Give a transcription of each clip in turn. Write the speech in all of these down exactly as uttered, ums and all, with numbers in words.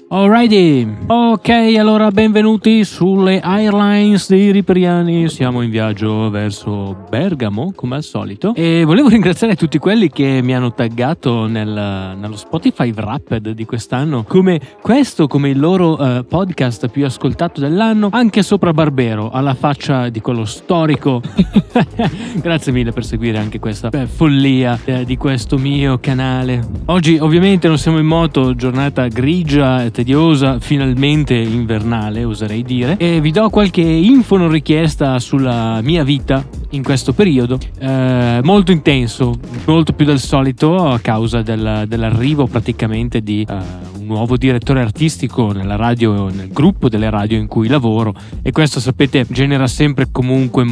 Alrighty, ok, allora benvenuti sulle Airlines dei Riperiani. Siamo in viaggio verso Bergamo, come al solito, e volevo ringraziare tutti quelli che mi hanno taggato nel, nello Spotify Wrapped di quest'anno come questo, come il loro uh, podcast più ascoltato dell'anno, anche sopra Barbero, alla faccia di quello storico. Grazie mille per seguire anche questa beh, follia eh, di questo mio canale. Oggi ovviamente non siamo in moto, giornata grigia e tediosa, finalmente invernale oserei dire, e vi do qualche info non richiesta sulla mia vita in questo periodo, eh, molto intenso, molto più del solito a causa del, dell'arrivo praticamente di uh, un nuovo direttore artistico nella radio, nel gruppo delle radio in cui lavoro, e questo sapete genera sempre comunque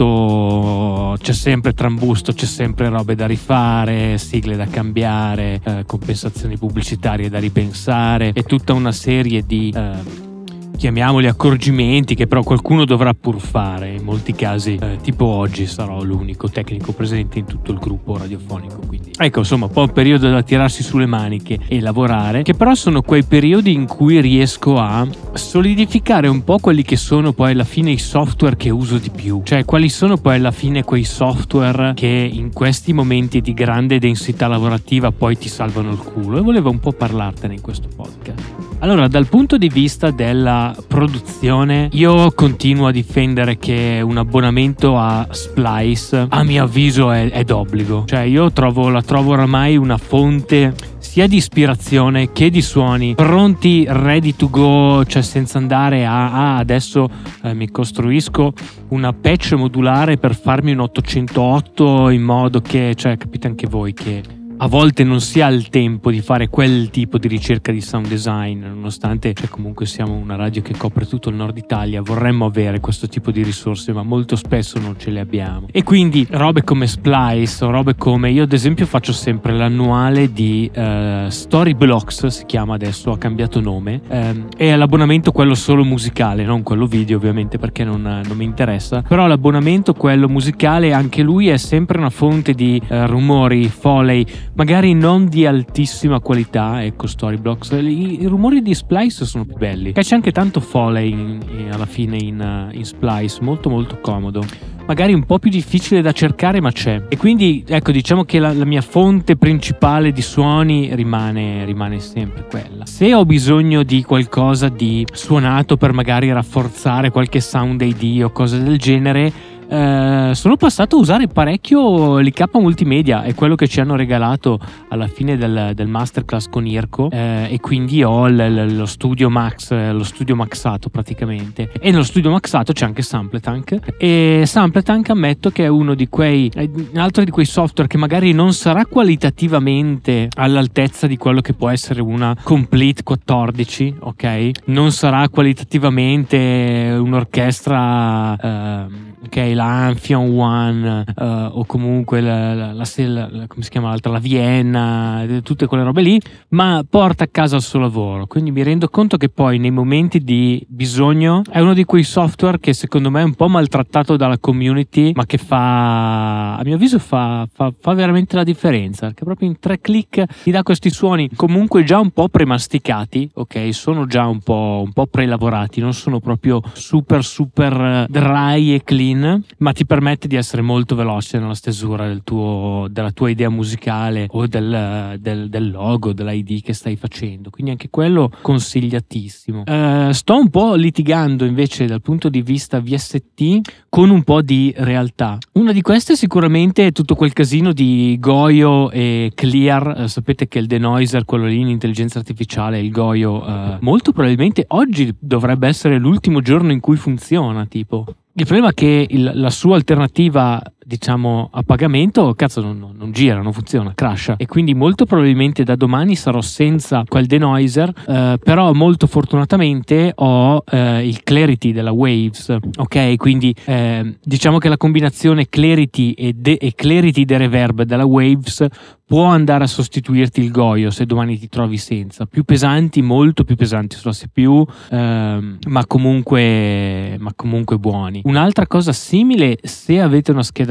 molto, c'è sempre trambusto, c'è sempre robe da rifare, sigle da cambiare, eh, compensazioni pubblicitarie da ripensare e tutta una serie di eh, chiamiamoli accorgimenti che però qualcuno dovrà pur fare. In molti casi eh, tipo oggi sarò l'unico tecnico presente in tutto il gruppo radiofonico, quindi ecco, insomma, un po' un periodo da tirarsi sulle maniche e lavorare, che però sono quei periodi in cui riesco a solidificare un po' quelli che sono poi alla fine i software che uso di più, cioè quali sono poi alla fine quei software che in questi momenti di grande densità lavorativa poi ti salvano il culo, e volevo un po' parlartene in questo podcast. Allora, dal punto di vista della produzione, io continuo a difendere che un abbonamento a Splice, a mio avviso, è, è d'obbligo. Cioè, io trovo, la trovo oramai una fonte sia di ispirazione che di suoni pronti, ready to go, cioè senza andare a ah, adesso eh, mi costruisco una patch modulare per farmi un ottocentotto in modo che, cioè, capite anche voi che a volte non si ha il tempo di fare quel tipo di ricerca di sound design, nonostante cioè, comunque siamo una radio che copre tutto il nord Italia, vorremmo avere questo tipo di risorse, ma molto spesso non ce le abbiamo. E quindi robe come Splice o robe come, io ad esempio faccio sempre l'annuale di uh, Storyblocks, si chiama adesso, ha cambiato nome, um, è l'abbonamento quello solo musicale, non quello video ovviamente perché non, non mi interessa, però l'abbonamento quello musicale anche lui è sempre una fonte di uh, rumori, foley, magari non di altissima qualità. Ecco, Storyblocks, i, i rumori di Splice sono più belli, c'è anche tanto foley in, in, alla fine in, in Splice, molto molto comodo, magari un po' più difficile da cercare ma c'è, e quindi ecco, diciamo che la, la mia fonte principale di suoni rimane, rimane sempre quella. Se ho bisogno di qualcosa di suonato per magari rafforzare qualche sound A D o cose del genere, Uh, sono passato a usare parecchio l'I K Multimedia, è quello che ci hanno regalato alla fine del, del masterclass con Irko, uh, e quindi ho l, l, lo studio Max, lo studio maxato praticamente, e nello studio maxato c'è anche Sampletank, e Sampletank ammetto che è uno di quei un altro di quei software che magari non sarà qualitativamente all'altezza di quello che può essere una Complete quattordici, ok, non sarà qualitativamente un'orchestra uh, ok, la Amphion One uh, o comunque la, la, la, la, come si chiama l'altra, la Vienna, tutte quelle robe lì, ma porta a casa il suo lavoro. Quindi mi rendo conto che poi nei momenti di bisogno è uno di quei software che secondo me è un po' maltrattato dalla community, ma che fa, a mio avviso fa, fa, fa veramente la differenza, che proprio in tre click ti dà questi suoni comunque già un po' premasticati, ok, sono già un po', un po' prelavorati, non sono proprio super super dry e clean, ma ti permette di essere molto veloce nella stesura del tuo, della tua idea musicale o del, del, del logo, dell'I D che stai facendo, quindi anche quello consigliatissimo. Uh, sto un po' litigando invece dal punto di vista V S T con un po' di realtà. Una di queste sicuramente è tutto quel casino di Goyo e Clear. Uh, sapete che il denoiser, quello lì in intelligenza artificiale, il Goyo, uh, molto probabilmente oggi dovrebbe essere l'ultimo giorno in cui funziona, tipo. Il problema è che il, la sua alternativa, diciamo, a pagamento, cazzo, non, non gira, non funziona, crasha, e quindi molto probabilmente da domani sarò senza quel denoiser, eh, però molto fortunatamente ho eh, il Clarity della Waves, ok? Quindi eh, diciamo che la combinazione Clarity e, de- e Clarity de Reverb della Waves può andare a sostituirti il Goyo se domani ti trovi senza. Più pesanti, molto più pesanti sulla C P U, ehm, ma comunque ma comunque buoni. Un'altra cosa simile, se avete una scheda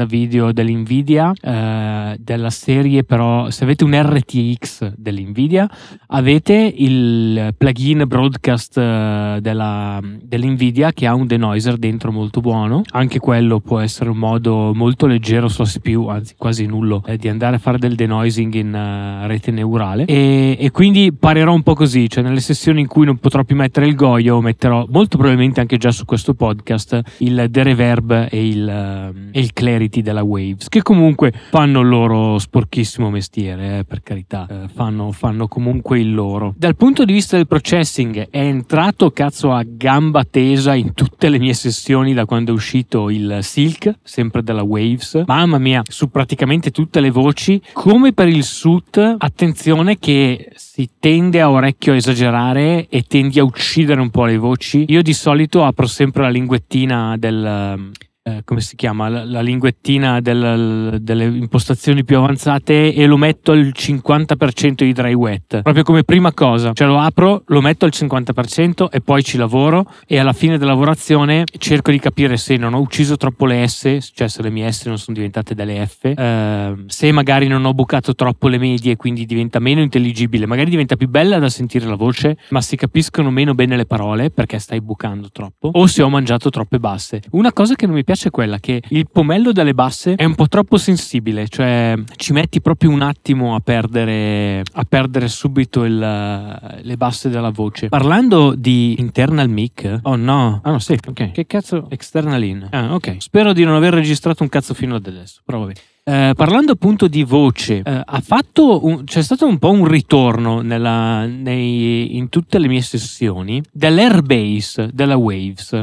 scheda video dell'Nvidia, eh, della serie, però se avete un R T X dell'Nvidia avete il plugin broadcast eh, della, dell'Nvidia che ha un denoiser dentro molto buono. Anche quello può essere un modo molto leggero sulla C P U, anzi quasi nullo, eh, di andare a fare del denoising in uh, rete neurale, e, e quindi parerò un po' così, cioè nelle sessioni in cui non potrò più mettere il Goyo metterò molto probabilmente anche già su questo podcast il The-Reverb e il, uh, e il Clarity della Waves, che comunque fanno il loro sporchissimo mestiere, eh, per carità, eh, fanno, fanno comunque il loro. Dal punto di vista del processing è entrato cazzo a gamba tesa in tutte le mie sessioni da quando è uscito il Silk, sempre della Waves. Mamma mia, su praticamente tutte le voci. Come per il S U T, attenzione che si tende a orecchio a esagerare e tendi a uccidere un po' le voci. Io di solito apro sempre la linguettina del... Eh, come si chiama? La, la linguettina del, delle impostazioni più avanzate e lo metto al cinquanta per cento di dry wet, proprio come prima cosa, cioè lo apro, lo metto al cinquanta per cento e poi ci lavoro, e alla fine della lavorazione cerco di capire se non ho ucciso troppo le S, cioè se le mie S non sono diventate delle F, eh, se magari non ho bucato troppo le medie, quindi diventa meno intelligibile, magari diventa più bella da sentire la voce ma si capiscono meno bene le parole perché stai bucando troppo, o se ho mangiato troppe basse. Una cosa che non mi piace è quella che il pomello delle basse è un po' troppo sensibile, cioè ci metti proprio un attimo a perdere a perdere subito il, le basse della voce. Parlando di internal mic, oh no, ah no sì, ok, che cazzo external in, ah ok, spero di non aver registrato un cazzo fino ad adesso, però vabbè. Eh, parlando appunto di voce, eh, ha fatto un, c'è stato un po' un ritorno nella, nei, in tutte le mie sessioni dell'airbase della Waves.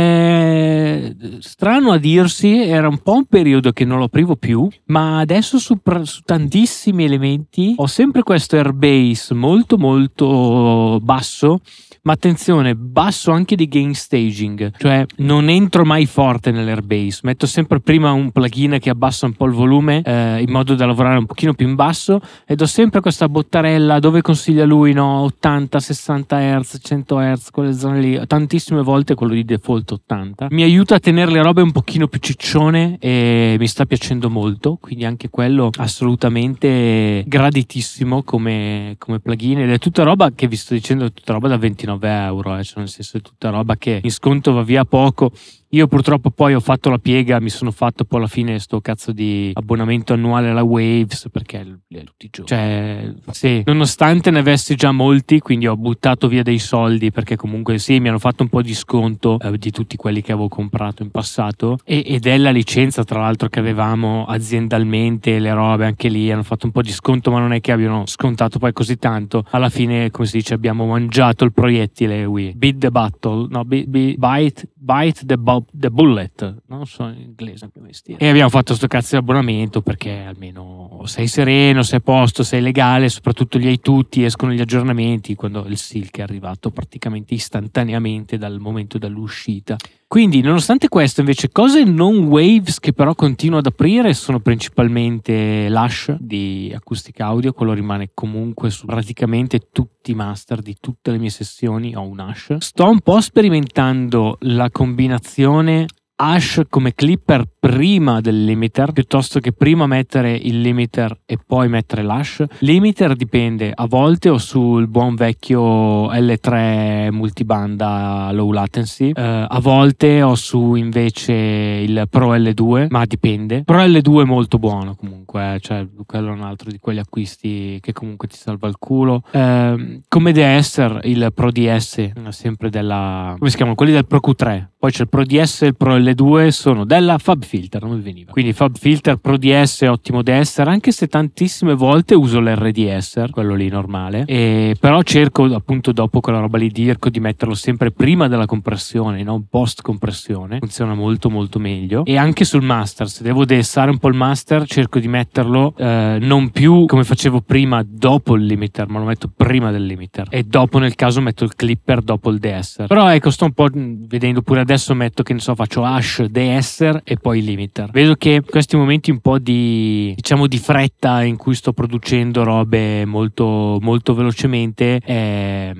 Eh, strano a dirsi, era un po' un periodo che non lo aprivo più, ma adesso su, su tantissimi elementi ho sempre questo airbase molto molto basso. Ma attenzione, basso anche di gain staging, cioè non entro mai forte nell'airbase, metto sempre prima un plugin che abbassa un po' il volume eh, in modo da lavorare un pochino più in basso, e do sempre questa bottarella dove consiglia lui, no, ottanta, sessanta hertz, cento hertz, quelle zone lì, tantissime volte quello di default ottanta. Mi aiuta a tenere le robe un pochino più ciccione e mi sta piacendo molto, quindi anche quello assolutamente graditissimo come, come plugin, ed è tutta roba che vi sto dicendo, è tutta roba da ventinove euro, eh, cioè nel senso è tutta roba che in sconto va via poco. Io purtroppo poi ho fatto la piega, mi sono fatto poi alla fine sto cazzo di abbonamento annuale alla Waves, perché è tutti i giorni, cioè sì, nonostante ne avessi già molti, quindi ho buttato via dei soldi, perché comunque sì, mi hanno fatto un po' di sconto eh, di tutti quelli che avevo comprato in passato, e, ed è la licenza tra l'altro che avevamo aziendalmente, le robe anche lì hanno fatto un po' di sconto, ma non è che abbiano scontato poi così tanto. Alla fine, come si dice, abbiamo mangiato il proiettile. We beat the battle, no, be, be, bite bite the, bu- the bullet, non so in inglese, e abbiamo fatto sto cazzo di abbonamento perché almeno sei sereno, sei a posto, sei legale, soprattutto li hai tutti, escono gli aggiornamenti quando il Silk è arrivato praticamente istantaneamente dal momento dell'uscita. Quindi nonostante questo invece cose non Waves che però continuo ad aprire sono principalmente l'Ash di Acoustic Audio, quello rimane comunque su praticamente tutti i master di tutte le mie sessioni, ho un Ash. Sto un po' sperimentando la combinazione Ash come clipper prima del limiter, piuttosto che prima mettere il limiter e poi mettere l'Ash. Limiter dipende, a volte ho sul buon vecchio L tre multibanda low latency, eh, a volte ho su invece il Pro L due, ma dipende. Pro L due è molto buono comunque, eh, cioè quello è un altro di quegli acquisti che comunque ti salva il culo. Eh, come D S il Pro D S, sempre della, come si chiamano, quelli del Pro Q tre, poi c'è il Pro D S e il Pro L due sono della FabFilter, non mi veniva. Quindi FabFilter, Pro D S, ottimo D S R, anche se tantissime volte uso l'R D S R, quello lì normale, e però cerco appunto dopo quella roba lì di cerco di metterlo sempre prima della compressione, non post compressione, funziona molto molto meglio. E anche sul master, se devo dessare un po' il master, cerco di metterlo eh, non più come facevo prima dopo il limiter, ma lo metto prima del limiter, e dopo nel caso metto il clipper dopo il D S R. Però ecco, sto un po' vedendo pure adesso, metto che ne so, faccio Ash, D S R e poi limiter. Vedo che questi momenti un po' di, diciamo, di fretta in cui sto producendo robe molto molto velocemente, eh,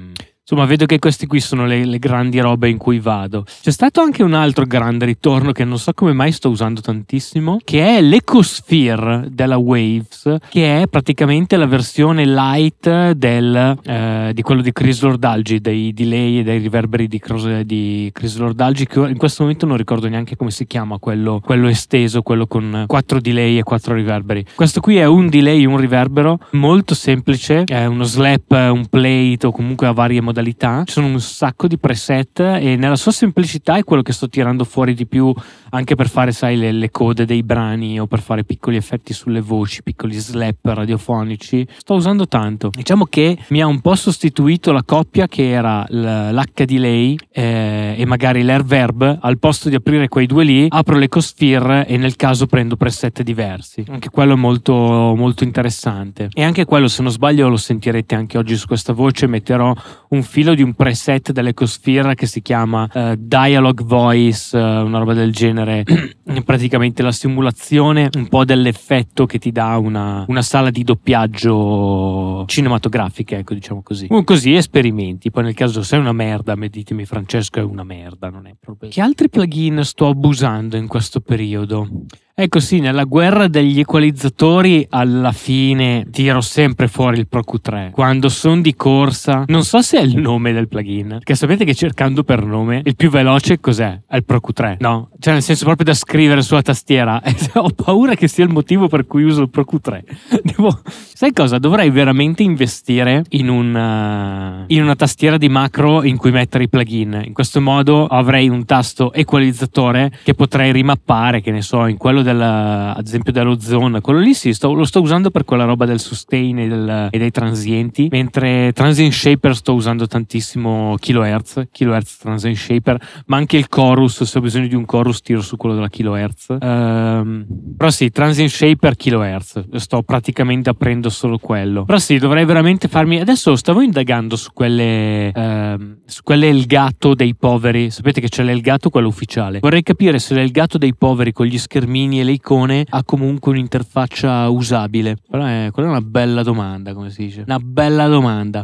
Insomma, vedo che questi qui sono le, le grandi robe in cui vado. C'è stato anche un altro grande ritorno che non so come mai sto usando tantissimo, che è l'Ecosphere della Waves, che è praticamente la versione light del, eh, di quello di Chris Lord-Alge, dei delay e dei riverberi di, di Chris Lord-Alge, che in questo momento non ricordo neanche come si chiama, quello, quello esteso, quello con quattro delay e quattro riverberi. Questo qui è un delay e un riverbero, molto semplice, è uno slap, un plate o comunque a varie modalità. Ci sono un sacco di preset e nella sua semplicità è quello che sto tirando fuori di più, anche per fare, sai, le, le code dei brani o per fare piccoli effetti sulle voci, piccoli slap radiofonici. Sto usando tanto. Diciamo che mi ha un po' sostituito la coppia che era l'H delay eh, e magari l'air verb. Al posto di aprire quei due lì, apro l'Ecosphere e nel caso prendo preset diversi. Anche quello è molto, molto interessante. E anche quello, se non sbaglio, lo sentirete anche oggi su questa voce, metterò un filo di un preset dell'Ecosphere che si chiama uh, Dialogue Voice, uh, una roba del genere. Praticamente la simulazione un po' dell'effetto che ti dà una, una sala di doppiaggio cinematografica, ecco, diciamo così. Così esperimenti. Poi nel caso sei una merda, ditemi Francesco è una merda, non è proprio. Che altri plugin sto abusando in questo periodo? Ecco sì, nella guerra degli equalizzatori alla fine tiro sempre fuori il Pro Q tre. Quando sono di corsa, non so se è il nome del plugin, perché sapete che cercando per nome il più veloce cos'è? È il Pro Q tre, no? Cioè nel senso proprio da scrivere sulla tastiera. Ho paura che sia il motivo per cui uso il Pro Q tre. Devo... Sai cosa? Dovrei veramente investire in, un, uh, in una tastiera di macro in cui mettere i plugin. In questo modo avrei un tasto equalizzatore che potrei rimappare, che ne so, in quello del, ad esempio dello zone, quello lì sì, sto, lo sto usando per quella roba del sustain e, del, e dei transienti, mentre transient shaper sto usando tantissimo kilohertz, kilohertz transient shaper, ma anche il chorus, se ho bisogno di un chorus tiro su quello della kilohertz. Um, però sì, transient shaper kilohertz, sto praticamente aprendo solo quello. Però sì, dovrei veramente farmi, adesso stavo indagando su quelle uh, su quelle Elgato dei poveri, sapete che c'è l'Elgato quello ufficiale, vorrei capire se l'Elgato dei poveri con gli schermini e le icone ha comunque un'interfaccia usabile. Però è, quella è una bella domanda, come si dice, una bella domanda.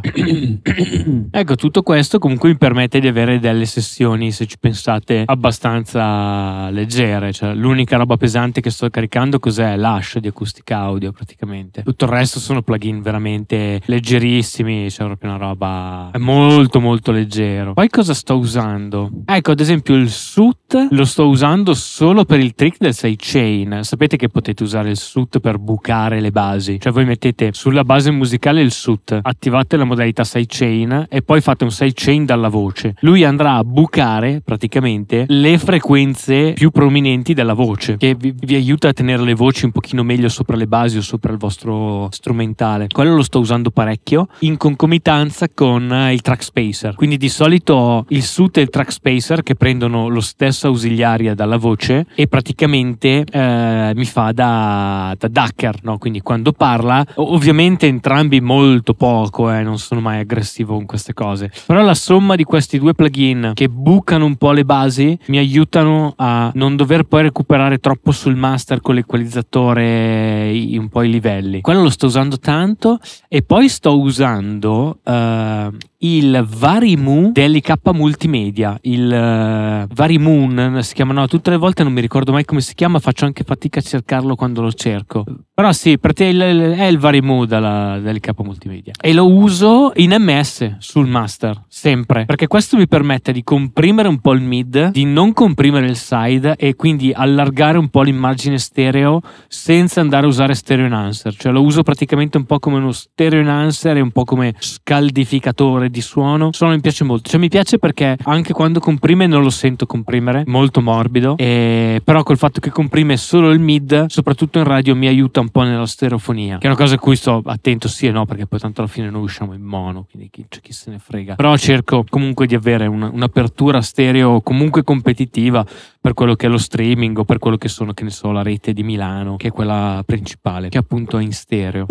Ecco, tutto questo comunque mi permette di avere delle sessioni, se ci pensate, abbastanza leggere. Cioè l'unica roba pesante che sto caricando cos'è? L'hash di acustica audio praticamente. Tutto il resto sono plugin veramente leggerissimi, c'è proprio una roba, è molto molto leggero. Poi cosa sto usando? Ecco, ad esempio il S U T lo sto usando solo per il trick del sidechain. Sapete che potete usare il S U T per bucare le basi, cioè voi mettete sulla base musicale il S U T, attivate la modalità sidechain e poi fate un sidechain dalla voce. Lui andrà a bucare praticamente le frequenze più prominenti della voce, che vi, vi aiuta a tenere le voci un pochino meglio sopra le basi o sopra il vostro strumentale. Quello lo sto usando parecchio in concomitanza con il track spacer. Quindi di solito ho il S U T e il track spacer che prendono lo stesso ausiliaria dalla voce e praticamente eh, mi fa da, da ducker, no? Quindi quando parla, ovviamente entrambi molto poco, eh, non sono mai aggressivo con queste cose, però la somma di questi due plugin che bucano un po' le basi mi aiutano a non dover poi recuperare troppo sul master con l'equalizzatore un po' i livelli. Quello lo sto usando tanto. E poi sto usando uh, il Varimu dell'I K Multimedia, il uh, Varimoon si chiama, no, tutte le volte non mi ricordo mai come si chiama, faccio anche fatica a cercarlo quando lo cerco, però sì, perché il, è il Varimu della, dell'I K Multimedia e lo uso in M S sul master, sempre, perché questo mi permette di comprimere un po' il mid, di non comprimere il side e quindi allargare un po' l'immagine stereo senza andare a usare stereo enhancer, cioè lo uso praticamente un po' come uno stereo enhancer e un po' come scaldificatore di suono. Suono mi piace molto, cioè mi piace perché anche quando comprime non lo sento comprimere, molto morbido, e però col fatto che comprime solo il mid, soprattutto in radio, mi aiuta un po' nella stereofonia, che è una cosa a cui sto attento, sì e no, perché poi tanto alla fine noi usciamo in mono, quindi chi, cioè, chi se ne frega, però cerco comunque di avere una, un'apertura stereo comunque competitiva per quello che è lo streaming o per quello che sono, che ne so, la rete di Milano, che è quella principale, che appunto è in stereo.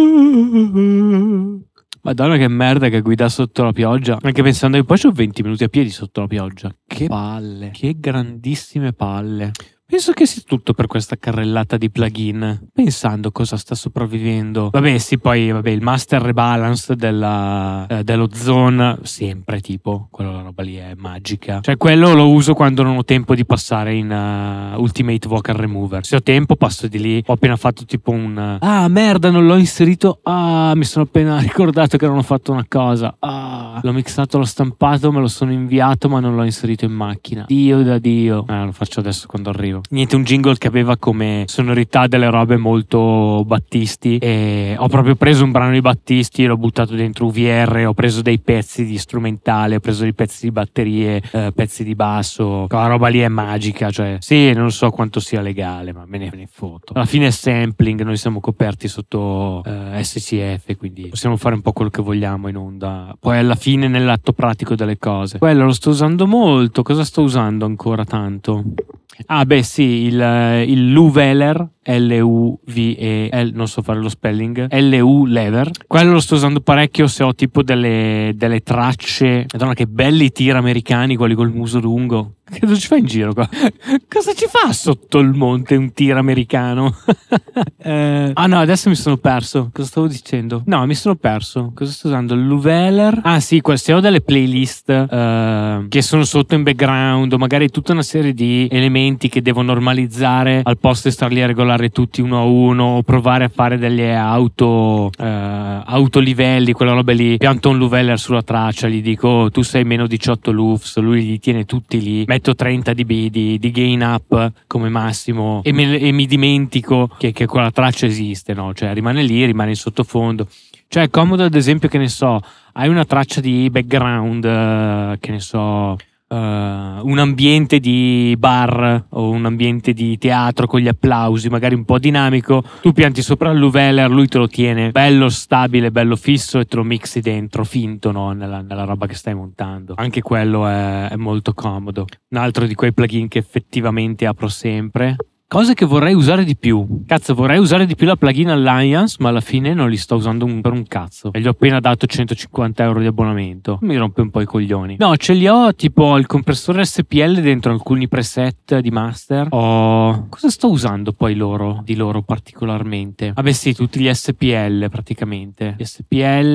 Madonna che merda che guida sotto la pioggia. Anche pensando che poi c'ho venti minuti a piedi sotto la pioggia. Che palle. Che grandissime palle. Penso che sia tutto per questa carrellata di plugin. Pensando cosa sta sopravvivendo. Vabbè, sì, poi vabbè, il master rebalance della, eh, dello Zone, sempre tipo, quella roba lì è magica. Cioè, quello lo uso quando non ho tempo di passare in uh, Ultimate Vocal Remover. Se ho tempo, passo di lì. Ho appena fatto tipo un. Uh, ah, merda, non l'ho inserito. Ah, mi sono appena ricordato che non ho fatto una cosa. Ah, l'ho mixato, l'ho stampato, me lo sono inviato, ma non l'ho inserito in macchina. Dio da Dio. Ah, lo faccio adesso quando arrivo. Niente, un jingle che aveva come sonorità delle robe molto Battisti, e ho proprio preso un brano di Battisti e l'ho buttato dentro U V R, ho preso dei pezzi di strumentale, ho preso dei pezzi di batterie, eh, pezzi di basso. Quella roba lì è magica, cioè sì, non so quanto sia legale, ma me ne, me ne foto. Alla fine è sampling, noi siamo coperti sotto eh, S C F, quindi possiamo fare un po' quello che vogliamo in onda. Poi alla fine nell'atto pratico delle cose. Quello lo sto usando molto. Cosa sto usando ancora tanto? Ah beh sì, il, il Luveler, L U V E L, non so fare lo spelling, L U Lever. Quello lo sto usando parecchio se ho tipo delle, delle tracce. Madonna, che belli tir americani, quelli col muso lungo. Che cosa ci fa in giro qua? Cosa ci fa sotto il monte un tir americano? eh, ah no, adesso mi sono perso. Cosa stavo dicendo? No, mi sono perso. Cosa sto usando? Il Luveler. Ah sì, se ho delle playlist eh, che sono sotto in background, o magari tutta una serie di elementi che devo normalizzare al posto di starli a regolare tutti uno a uno, o provare a fare delle auto eh, autolivelli, quella roba lì. Pianto un Luveler sulla traccia, gli dico oh, tu sei meno diciotto lufs, lui li tiene tutti lì. Metto trenta dB di, di gain up come massimo e, me, e mi dimentico che, che quella traccia esiste, no? Cioè rimane lì, rimane in sottofondo. Cioè è comodo, ad esempio, che ne so, hai una traccia di background, uh, che ne so, uh, un ambiente di bar o un ambiente di teatro con gli applausi, magari un po' dinamico, tu pianti sopra il Luveler, lui te lo tiene bello stabile, bello fisso e te lo mixi dentro, finto, no? Nella, nella roba che stai montando. Anche quello è, è molto comodo. Un altro di quei plugin che effettivamente apro sempre. Cose che vorrei usare di più. Cazzo, vorrei usare di più la plugin Alliance, ma alla fine non li sto usando un, per un cazzo. E gli ho appena dato centocinquanta euro di abbonamento. Mi rompe un po' i coglioni. No, ce li ho tipo il compressore S P L dentro alcuni preset di master. Ho... Cosa sto usando poi loro, di loro particolarmente? Vabbè sì, tutti gli S P L praticamente. Gli S P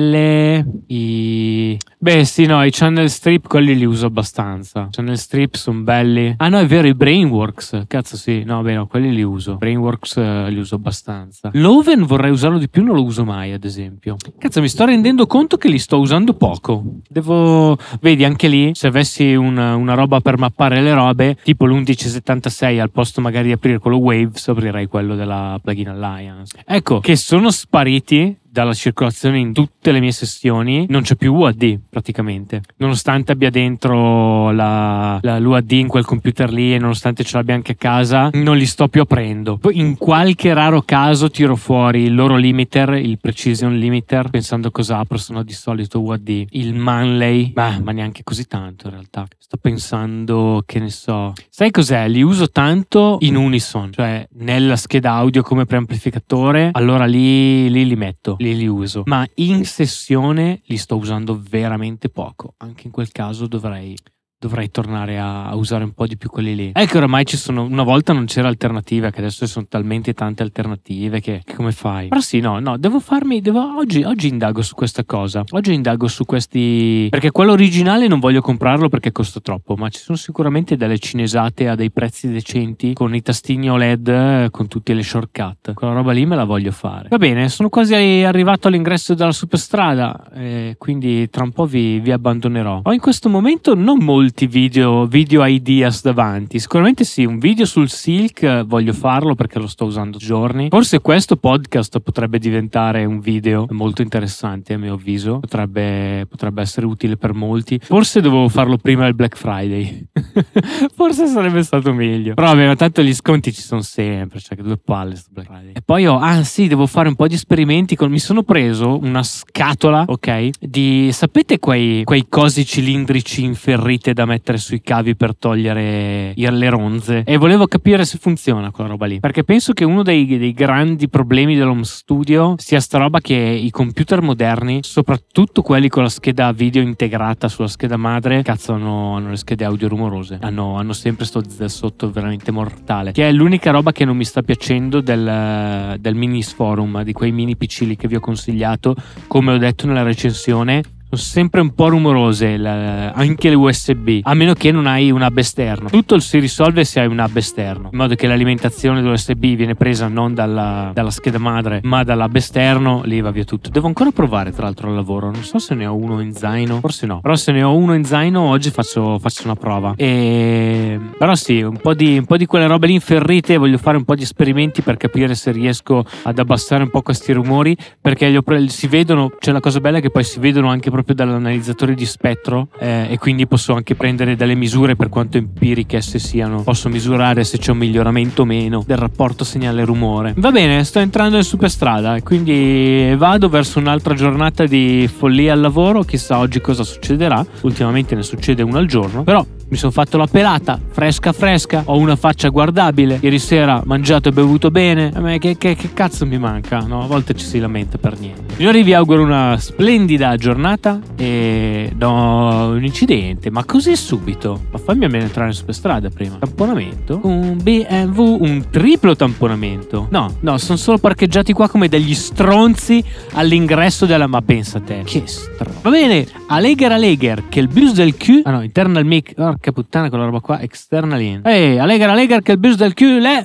L, i... Beh sì, no, i channel strip, quelli li uso abbastanza. Channel strip sono belli. Ah no, è vero, i Brainworks. Cazzo sì, no, beh no, quelli li uso. Brainworks uh, li uso abbastanza. L'Oven vorrei usarlo di più, non lo uso mai, ad esempio. Cazzo, mi sto rendendo conto che li sto usando poco. Devo... Vedi, anche lì, se avessi una, una roba per mappare le robe, tipo l'undici settantasei, al posto magari di aprire quello Waves, aprirei quello della Plugin Alliance. Ecco, che sono spariti dalla circolazione in tutte le mie sessioni. Non c'è più U A D praticamente, nonostante abbia dentro la, la, l'U A D in quel computer lì, e nonostante ce l'abbia anche a casa, non li sto più aprendo. Poi in qualche raro caso tiro fuori il loro limiter, il Precision Limiter, pensando cosa apro, se no di solito U A D. Il Manley, ma, ma neanche così tanto in realtà. Sto pensando, che ne so, sai cos'è? Li uso tanto in unison, cioè nella scheda audio come preamplificatore, allora lì, lì li metto, li, li uso, ma in sessione li sto usando veramente poco. Anche in quel caso dovrei dovrei tornare a, a usare un po' di più quelli lì. Ecco, oramai ci sono, una volta non c'era alternativa, che adesso ci sono talmente tante alternative che, che come fai? Però sì, no, no, devo farmi, devo, oggi, oggi indago su questa cosa, oggi indago su questi, perché quello originale non voglio comprarlo perché costa troppo, ma ci sono sicuramente delle cinesate a dei prezzi decenti, con i tastini O L E D, con tutte le shortcut, quella roba lì me la voglio fare. Va bene, sono quasi arrivato all'ingresso della superstrada, eh, quindi tra un po' vi, vi abbandonerò. Ho in questo momento non molti video video ideas davanti. Sicuramente sì, un video sul Silk voglio farlo perché lo sto usando giorni. Forse questo podcast potrebbe diventare un video molto interessante, a mio avviso. Potrebbe, potrebbe essere utile per molti. Forse dovevo farlo prima del Black Friday. Forse sarebbe stato meglio. Però vabbè, tanto gli sconti ci sono sempre, cioè che due palle sto Black Friday. E poi ho, ah sì, devo fare un po' di esperimenti con... Mi sono preso una scatola, ok, di... Sapete quei, quei cosi cilindrici inferrite da mettere sui cavi per togliere le ronze, e volevo capire se funziona quella roba lì, perché penso che uno dei, dei grandi problemi dell'home studio sia sta roba che i computer moderni, soprattutto quelli con la scheda video integrata sulla scheda madre, cazzo hanno, hanno le schede audio rumorose. rumorose, hanno, hanno sempre sto zero sotto veramente mortale, che è l'unica roba che non mi sta piacendo del, del Minis Forum, di quei mini P C lì che vi ho consigliato. Come ho detto nella recensione, sono sempre un po' rumorose, la, anche le U S B, a meno che non hai un hub esterno. Tutto si risolve se hai un hub esterno, in modo che l'alimentazione dell'U S B viene presa non dalla, dalla scheda madre ma dall'hub esterno, lì va via tutto. Devo ancora provare tra l'altro al lavoro, non so se ne ho uno in zaino, forse no, però se ne ho uno in zaino oggi faccio, faccio una prova. E... però sì, un po' di, un po' di quelle robe lì inferrite, voglio fare un po' di esperimenti per capire se riesco ad abbassare un po' questi rumori, perché li ho pre- si vedono, cioè la cosa bella è che poi si vedono anche proprio dall'analizzatore di spettro, eh, e quindi posso anche prendere delle misure, per quanto empiriche esse siano. Posso misurare se c'è un miglioramento o meno del rapporto segnale-rumore. Va bene, sto entrando in superstrada e quindi vado verso un'altra giornata di follia al lavoro. Chissà oggi cosa succederà, ultimamente ne succede una al giorno, però mi sono fatto la pelata fresca fresca, ho una faccia guardabile, ieri sera mangiato e bevuto bene, a me che, che, che cazzo mi manca, no? A volte ci si lamenta per niente. Signori, vi auguro una splendida giornata e no, un incidente, ma così subito? Ma fammi almeno entrare in superstrada prima. Tamponamento, un B M W, un triplo tamponamento. No, no, sono solo parcheggiati qua come degli stronzi all'ingresso della... ma pensa te, che stronzo. Va bene, Alleger Alleger, che il bus del Q... ah no, internal mic, porca puttana quella roba qua, external in. Ehi, Alleger Alleger, che il bus del Q, le...